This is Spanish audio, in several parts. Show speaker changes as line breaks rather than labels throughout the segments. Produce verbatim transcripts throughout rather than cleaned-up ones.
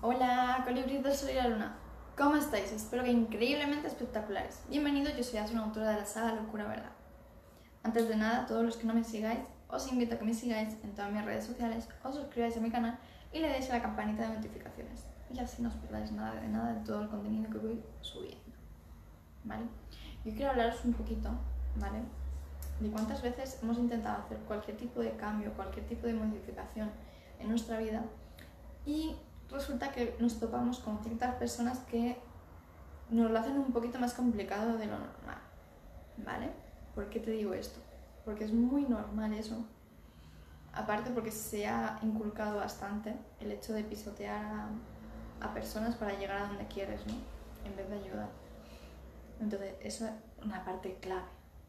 Hola, colibríes del sol y la luna. ¿Cómo estáis? Espero que increíblemente espectaculares. Bienvenidos, yo soy As, una autora de la saga Locura Verdad. Antes de nada, todos los que no me sigáis, os invito a que me sigáis en todas mis redes sociales, os suscribáis a mi canal y le deis a la campanita de notificaciones. Y así no os perdáis nada de nada de todo el contenido que voy subiendo. ¿Vale? Yo quiero hablaros un poquito, ¿vale?, de cuántas veces hemos intentado hacer cualquier tipo de cambio, cualquier tipo de modificación en nuestra vida y resulta que nos topamos con ciertas personas que nos lo hacen un poquito más complicado de lo normal, ¿vale? ¿Por qué te digo esto? Porque es muy normal eso, aparte porque se ha inculcado bastante el hecho de pisotear a, a personas para llegar a donde quieres, ¿no?, en vez de ayudar. Entonces eso es una parte clave.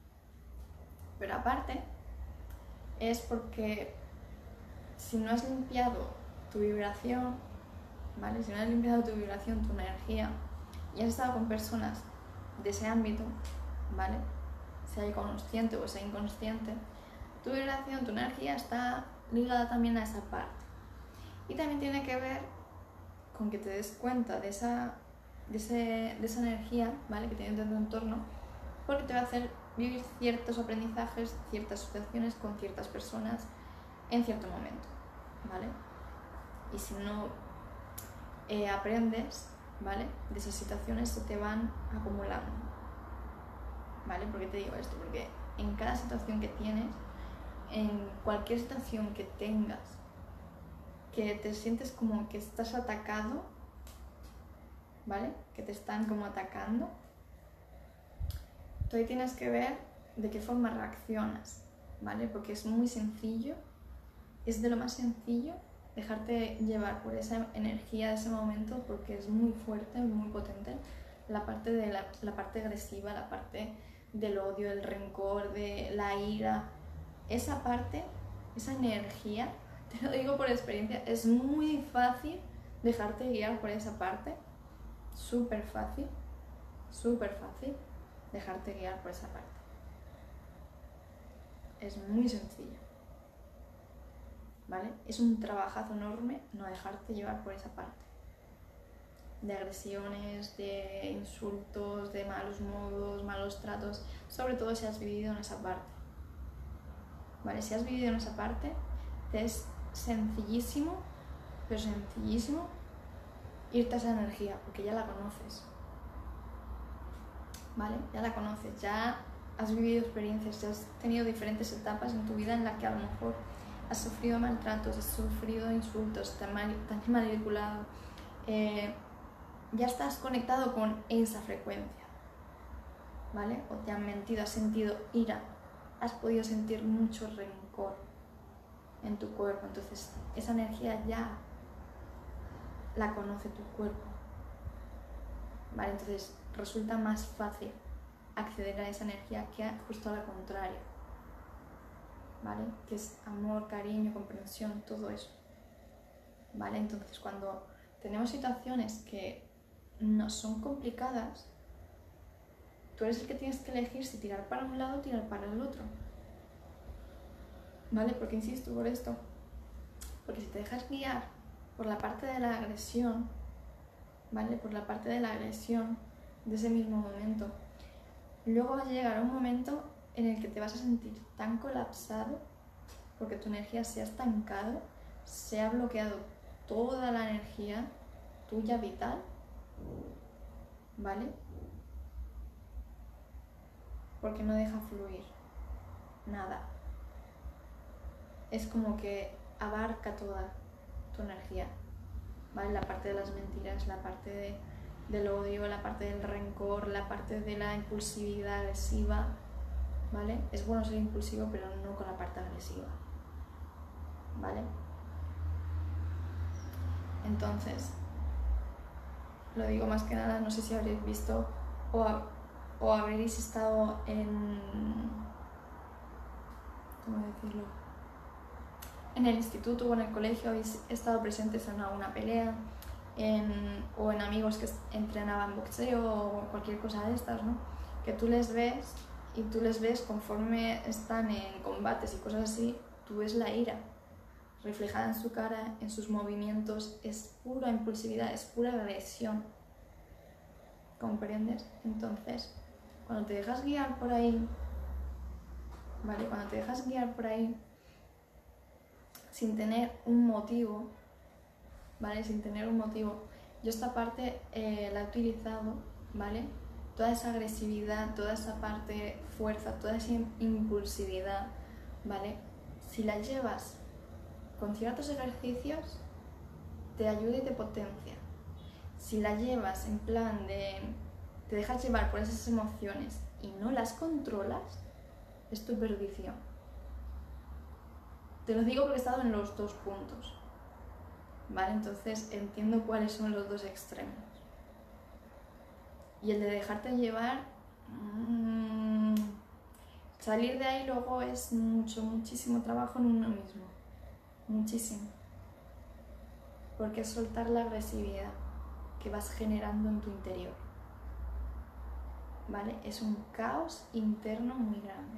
Pero aparte es porque si no has limpiado tu vibración, ¿vale? Si no has limpiado tu vibración, tu energía, y has estado con personas de ese ámbito, ¿vale?, sea consciente o sea inconsciente, tu vibración, tu energía está ligada también a esa parte. Y también tiene que ver con que te des cuenta de esa, de ese, de esa energía, ¿vale?, que tienes en tu entorno, porque te va a hacer vivir ciertos aprendizajes, ciertas situaciones con ciertas personas en cierto momento, ¿vale? Y si no eh, aprendes, ¿vale?, de esas situaciones, se te van acumulando, ¿vale? ¿Por qué te digo esto? Porque en cada situación que tienes, en cualquier situación que tengas, que te sientes como que estás atacado, ¿vale?, que te están como atacando, tú ahí tienes que ver de qué forma reaccionas, ¿vale? Porque es muy sencillo, es de lo más sencillo dejarte llevar por esa energía de ese momento, porque es muy fuerte, muy potente, la parte, de la, la parte agresiva, la parte del odio, del rencor, de la ira, esa parte, esa energía, te lo digo por experiencia, es muy fácil dejarte guiar por esa parte, súper fácil, súper fácil dejarte guiar por esa parte. Es muy sencillo, ¿vale? Es un trabajazo enorme no dejarte llevar por esa parte. De agresiones, de insultos, de malos modos, malos tratos, sobre todo si has vivido en esa parte, ¿vale? Si has vivido en esa parte, te es sencillísimo, pero sencillísimo, irte a esa energía, porque ya la conoces, ¿vale? Ya la conoces, ya has vivido experiencias, ya has tenido diferentes etapas en tu vida en las que a lo mejor has sufrido maltratos, has sufrido insultos, te han, mal, te han manipulado, eh, ya estás conectado con esa frecuencia, ¿vale? O te han mentido, has sentido ira, has podido sentir mucho rencor en tu cuerpo, entonces esa energía ya la conoce tu cuerpo, ¿vale? Entonces resulta más fácil acceder a esa energía que justo a la contraria, ¿vale? Que es amor, cariño, comprensión, todo eso, ¿vale? Entonces cuando tenemos situaciones que nos son complicadas, tú eres el que tienes que elegir si tirar para un lado o tirar para el otro, ¿vale? Porque insisto por esto, porque si te dejas guiar por la parte de la agresión, ¿vale?, por la parte de la agresión de ese mismo momento, luego va a llegar un momento en el que te vas a sentir tan colapsado porque tu energía se ha estancado, se ha bloqueado toda la energía tuya vital, ¿vale? Porque no deja fluir nada. Es como que abarca toda tu energía, ¿vale? La parte de las mentiras, la parte de, del odio, la parte del rencor, la parte de la impulsividad agresiva, ¿vale? Es bueno ser impulsivo, pero no con la parte agresiva, ¿vale? Entonces, lo digo más que nada, no sé si habréis visto o, o habréis estado en... ¿cómo decirlo? En el instituto o en el colegio, habéis estado presentes en alguna pelea, en, o en amigos que entrenaban boxeo o cualquier cosa de estas, ¿no? Que tú les ves y tú les ves conforme están en combates y cosas así, tú ves la ira reflejada en su cara, en sus movimientos, es puro pura impulsividad, es pura agresión. ¿Comprendes? Entonces, cuando te dejas guiar por ahí, ¿vale? Cuando te dejas guiar por ahí, sin tener un motivo, ¿vale? Sin tener un motivo. Yo esta parte eh, la he utilizado, ¿vale? Toda esa agresividad, toda esa parte fuerza, toda esa impulsividad, ¿vale? Si la llevas con ciertos ejercicios, te ayuda y te potencia. Si la llevas en plan de... te dejas llevar por esas emociones y no las controlas, es tu perdición. Te lo digo porque he estado en los dos puntos, ¿vale? Entonces entiendo cuáles son los dos extremos. Y el de dejarte llevar, mmm, salir de ahí luego es mucho, muchísimo trabajo en uno mismo. Muchísimo. Porque es soltar la agresividad que vas generando en tu interior, ¿vale? Es un caos interno muy grande,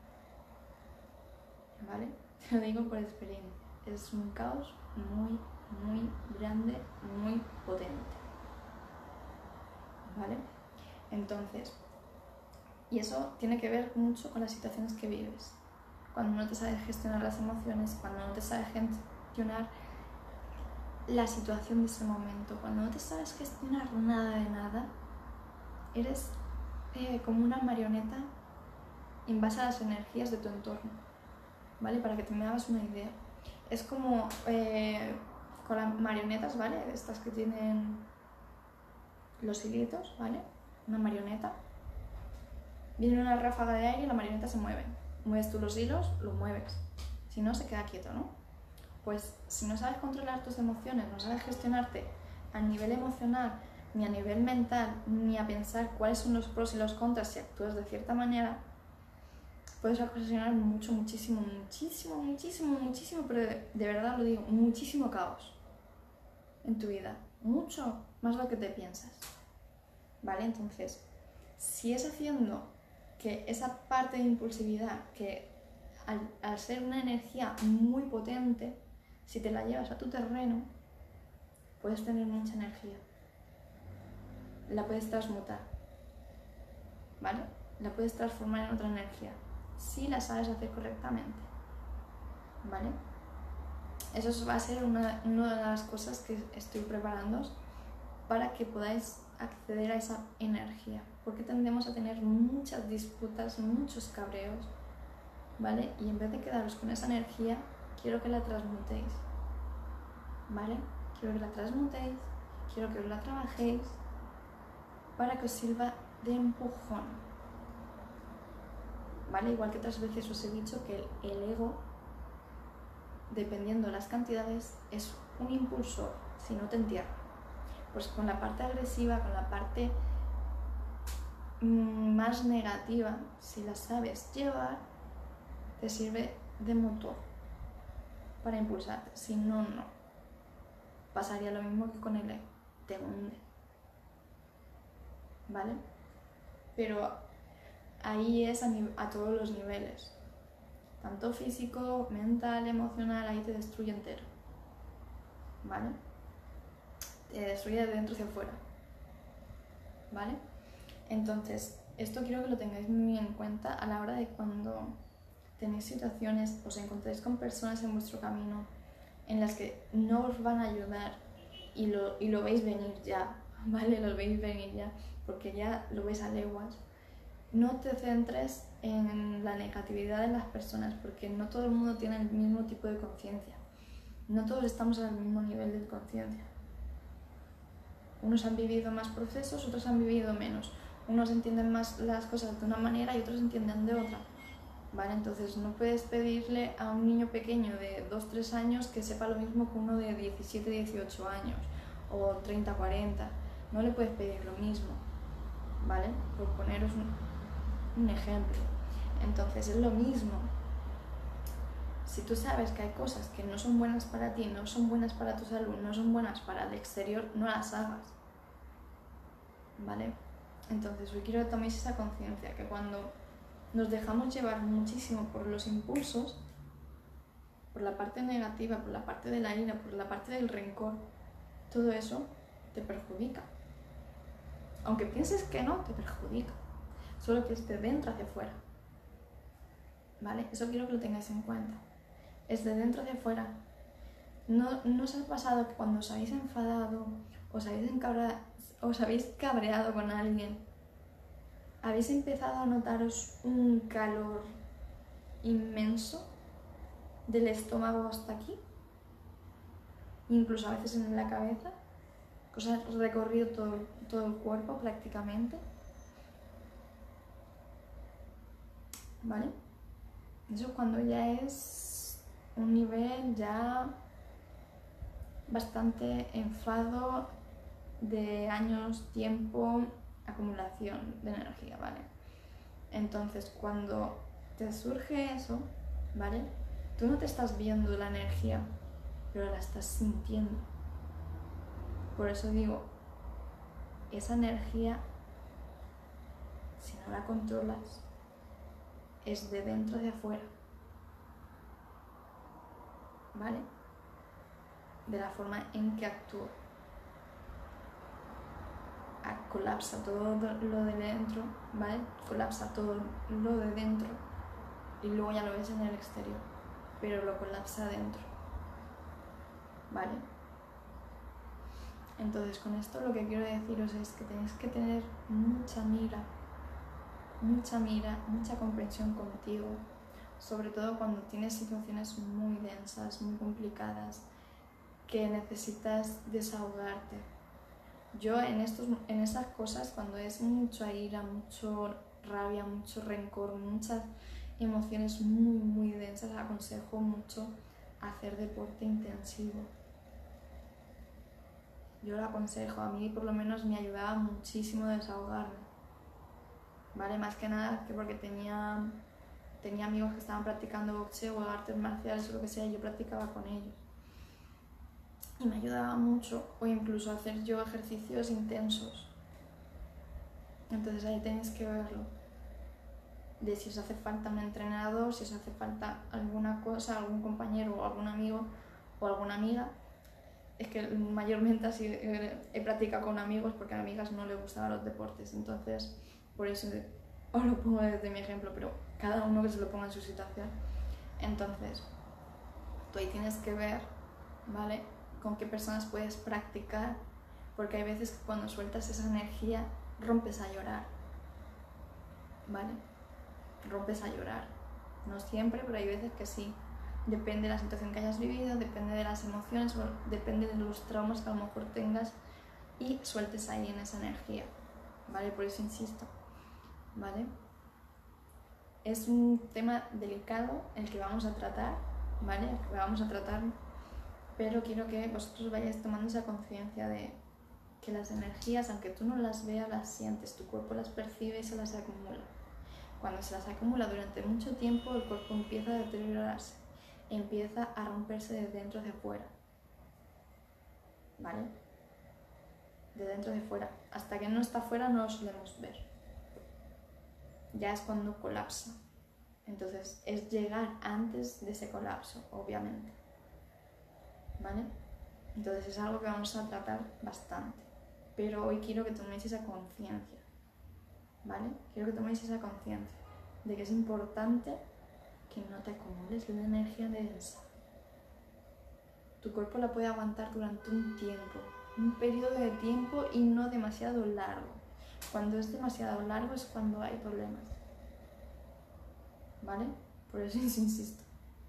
¿vale? Te lo digo por experiencia. Es un caos muy, muy grande, muy potente, ¿vale? Entonces, y eso tiene que ver mucho con las situaciones que vives. Cuando no te sabes gestionar las emociones, cuando no te sabes gestionar la situación de ese momento, cuando no te sabes gestionar nada de nada, eres eh, como una marioneta en base a las energías de tu entorno, ¿vale? Para que te me hagas una idea. Es como eh, con las marionetas, ¿vale? Estas que tienen los hilitos, ¿vale? Una marioneta. Viene una ráfaga de aire y la marioneta se mueve. Mueves tú los hilos, lo mueves. Si no, se queda quieto, ¿no? Pues si no sabes controlar tus emociones, no sabes gestionarte a nivel emocional, ni a nivel mental, ni a pensar cuáles son los pros y los contras si actúas de cierta manera, puedes ocasionar mucho, muchísimo, muchísimo, muchísimo, muchísimo, pero de, de verdad lo digo, muchísimo caos en tu vida. Mucho más lo que te piensas, ¿vale? Entonces, si es haciendo que esa parte de impulsividad, que al, al ser una energía muy potente, si te la llevas a tu terreno, puedes tener mucha energía. La puedes transmutar, ¿vale? La puedes transformar en otra energía, si la sabes hacer correctamente, ¿vale? Eso va a ser una, una de las cosas que estoy preparando para que podáis acceder a esa energía, porque tendemos a tener muchas disputas, muchos cabreos, ¿vale? Y en vez de quedaros con esa energía, quiero que la transmutéis, ¿vale? Quiero que la transmutéis, quiero que os la trabajéis para que os sirva de empujón, ¿vale? Igual que otras veces os he dicho que el, el ego, dependiendo de las cantidades, es un impulsor, si no te entierra. Pues con la parte agresiva, con la parte mmm, más negativa, si la sabes llevar, te sirve de motor para impulsarte. Si no, no. Pasaría lo mismo que con el ego, te hunde, ¿vale? Pero ahí es a, a todos los niveles, tanto físico, mental, emocional, ahí te destruye entero, ¿vale? Te destruye de dentro hacia afuera, ¿vale? Entonces, esto quiero que lo tengáis muy en cuenta a la hora de cuando tenéis situaciones, os encontréis con personas en vuestro camino en las que no os van a ayudar y lo, y lo veis venir ya, ¿vale? Lo veis venir ya, porque ya lo veis a leguas. No te centres en la negatividad de las personas, porque no todo el mundo tiene el mismo tipo de conciencia. No todos estamos al mismo nivel de conciencia. Unos han vivido más procesos, otros han vivido menos. Unos entienden más las cosas de una manera y otros entienden de otra, ¿vale? Entonces no puedes pedirle a un niño pequeño de dos tres años que sepa lo mismo que uno de diecisiete dieciocho años o treinta cuarenta. No le puedes pedir lo mismo, ¿vale? Por poneros un, un ejemplo. Entonces es lo mismo. Si tú sabes que hay cosas que no son buenas para ti, no son buenas para tu salud, no son buenas para el exterior, no las hagas, ¿vale? Entonces hoy quiero que toméis esa conciencia, que cuando nos dejamos llevar muchísimo por los impulsos, por la parte negativa, por la parte de la ira, por la parte del rencor, todo eso te perjudica. Aunque pienses que no, te perjudica. Solo que es de dentro hacia afuera. ¿Vale? Eso quiero que lo tengáis en cuenta. Es de dentro hacia afuera. ¿No, no os ha pasado que cuando os habéis enfadado, os habéis, encabra, os habéis cabreado con alguien, habéis empezado a notaros un calor inmenso del estómago hasta aquí? Incluso a veces en la cabeza, que os ha recorrido todo, todo el cuerpo prácticamente. ¿Vale? Eso cuando ya es un nivel ya bastante enfado de años, tiempo, acumulación de energía, ¿vale? Entonces, cuando te surge eso, ¿vale? Tú no te estás viendo la energía, pero la estás sintiendo. Por eso digo, esa energía, si no la controlas, es de dentro hacia afuera, ¿vale? De la forma en que actúa. Colapsa todo lo de dentro, ¿vale? Colapsa todo lo de dentro y luego ya lo ves en el exterior, pero lo colapsa dentro, ¿vale? Entonces, con esto lo que quiero deciros es que tenéis que tener mucha mira, mucha mira, mucha comprensión contigo, sobre todo cuando tienes situaciones muy densas, muy complicadas, que necesitas desahogarte. Yo en, estos, en esas cosas, cuando es mucha ira, mucho rabia, mucho rencor, muchas emociones muy, muy densas, aconsejo mucho hacer deporte intensivo. Yo lo aconsejo, a mí por lo menos me ayudaba muchísimo a desahogarme, ¿vale? Más que nada que porque tenía, tenía amigos que estaban practicando boxeo o artes marciales o lo que sea, y yo practicaba con ellos. Y me ayudaba mucho, o incluso hacer yo ejercicios intensos. Entonces ahí tenéis que verlo, de si os hace falta un entrenador, si os hace falta alguna cosa, algún compañero o algún amigo o alguna amiga. Es que mayormente así he practicado con amigos porque a amigas no les gustaban los deportes, entonces por eso os lo pongo desde mi ejemplo, pero cada uno que se lo ponga en su situación. Entonces tú ahí tienes que ver, ¿vale?, con qué personas puedes practicar, porque hay veces que cuando sueltas esa energía rompes a llorar, ¿vale? Rompes a llorar, no siempre, pero hay veces que sí. Depende de la situación que hayas vivido, depende de las emociones, o depende de los traumas que a lo mejor tengas y sueltes ahí en esa energía, ¿vale? Por eso insisto, ¿vale? Es un tema delicado el que vamos a tratar, ¿vale? El que vamos a tratar, pero quiero que vosotros vayáis tomando esa conciencia de que las energías, aunque tú no las veas, las sientes, tu cuerpo las percibe y se las acumula. Cuando se las acumula durante mucho tiempo, el cuerpo empieza a deteriorarse, empieza a romperse de dentro hacia afuera, ¿vale? De dentro hacia afuera. Hasta que no está afuera no lo solemos ver. Ya es cuando colapsa. Entonces es llegar antes de ese colapso, obviamente, ¿vale? Entonces es algo que vamos a tratar bastante. Pero hoy quiero que toméis esa conciencia, ¿vale? Quiero que toméis esa conciencia de que es importante que no te acumules la energía densa. Tu cuerpo la puede aguantar durante un tiempo, un periodo de tiempo y no demasiado largo. Cuando es demasiado largo es cuando hay problemas, ¿vale? Por eso insisto.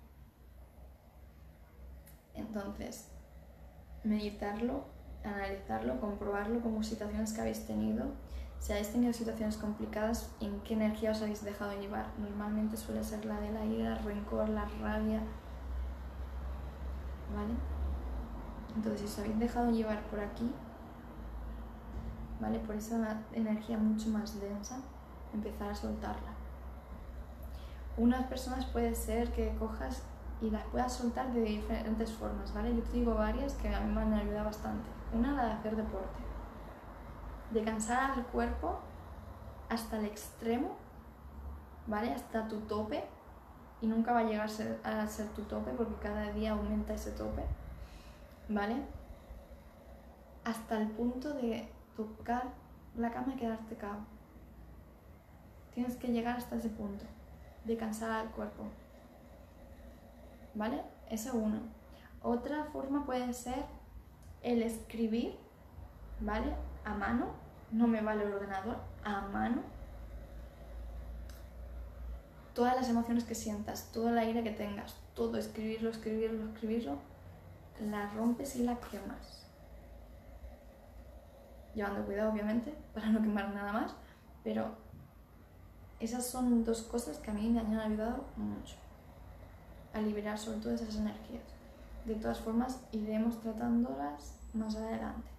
Entonces, meditarlo, analizarlo, comprobarlo como situaciones que habéis tenido. Si habéis tenido situaciones complicadas, ¿en qué energía os habéis dejado llevar? Normalmente suele ser la de la ira, el rencor, la rabia, ¿vale? Entonces, si os habéis dejado llevar por aquí, ¿vale?, por esa energía mucho más densa, empezar a soltarla. Unas personas puede ser que cojas y las puedas soltar de diferentes formas, ¿vale? Yo te digo varias que a mí me han ayudado bastante. Una, la de hacer deporte, de cansar al cuerpo hasta el extremo, ¿vale? Hasta tu tope, y nunca va a llegar a ser, a ser tu tope porque cada día aumenta ese tope, ¿vale? hasta el punto de tocar la cama y quedarte cao. Tienes que llegar hasta ese punto de cansar al cuerpo, ¿vale? Eso uno. Otra forma puede ser el escribir, ¿vale? A mano, no me vale el ordenador, a mano. Todas las emociones que sientas, toda la ira que tengas, todo, escribirlo, escribirlo, escribirlo, la rompes y la quemas. Llevando cuidado, obviamente, para no quemar nada más, pero esas son dos cosas que a mí me han ayudado mucho a liberar sobre todo esas energías. De todas formas, iremos tratándolas más adelante,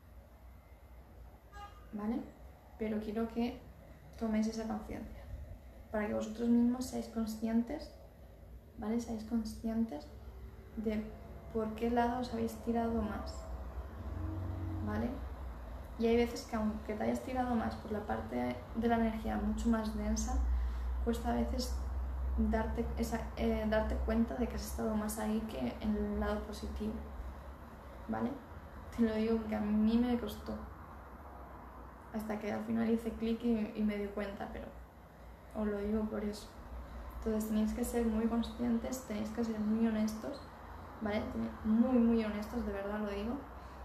¿vale? Pero quiero que toméis esa conciencia, para que vosotros mismos seáis conscientes, ¿vale? Seáis conscientes de por qué lado os habéis tirado más, ¿vale? Y hay veces que aunque te hayas tirado más por la parte de la energía mucho más densa, cuesta a veces darte, esa, eh, darte cuenta de que has estado más ahí que en el lado positivo, ¿vale? Te lo digo porque a mí me costó, hasta que al final hice clic y, y me di cuenta, pero os lo digo por eso. Entonces tenéis que ser muy conscientes, tenéis que ser muy honestos, ¿vale? Muy, muy honestos, de verdad lo digo.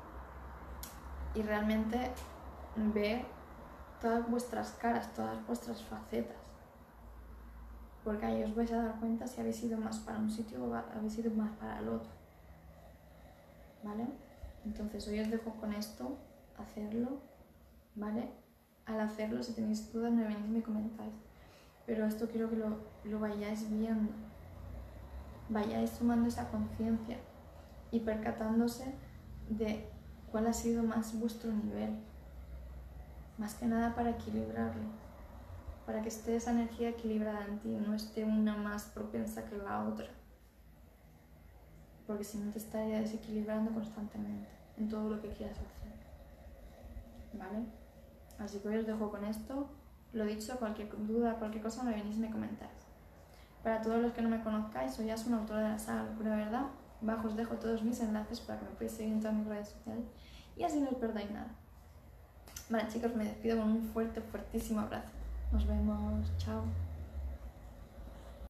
Y realmente ver todas vuestras caras, todas vuestras facetas. Porque ahí os vais a dar cuenta si habéis ido más para un sitio o habéis ido más para el otro, ¿vale? Entonces hoy os dejo con esto, hacerlo, ¿vale? Al hacerlo, si tenéis dudas, me venís y me comentáis. Pero esto quiero que lo, lo vayáis viendo, vayáis tomando esa conciencia y percatándose de cuál ha sido más vuestro nivel, más que nada para equilibrarlo, para que esté esa energía equilibrada en ti, no esté una más propensa que la otra, porque si no te estaría desequilibrando constantemente en todo lo que quieras hacer, ¿vale? Así que hoy os dejo con esto. Lo dicho, cualquier duda, cualquier cosa me venís y me comentáis. Para todos los que no me conozcáis, soy Asu, autora de la saga Locura de Verdad. Abajo os dejo todos mis enlaces para que me podáis seguir en todas mis redes sociales y así no os perdáis nada. Vale, chicos, me despido con un fuerte, fuertísimo abrazo. Nos vemos. Chao.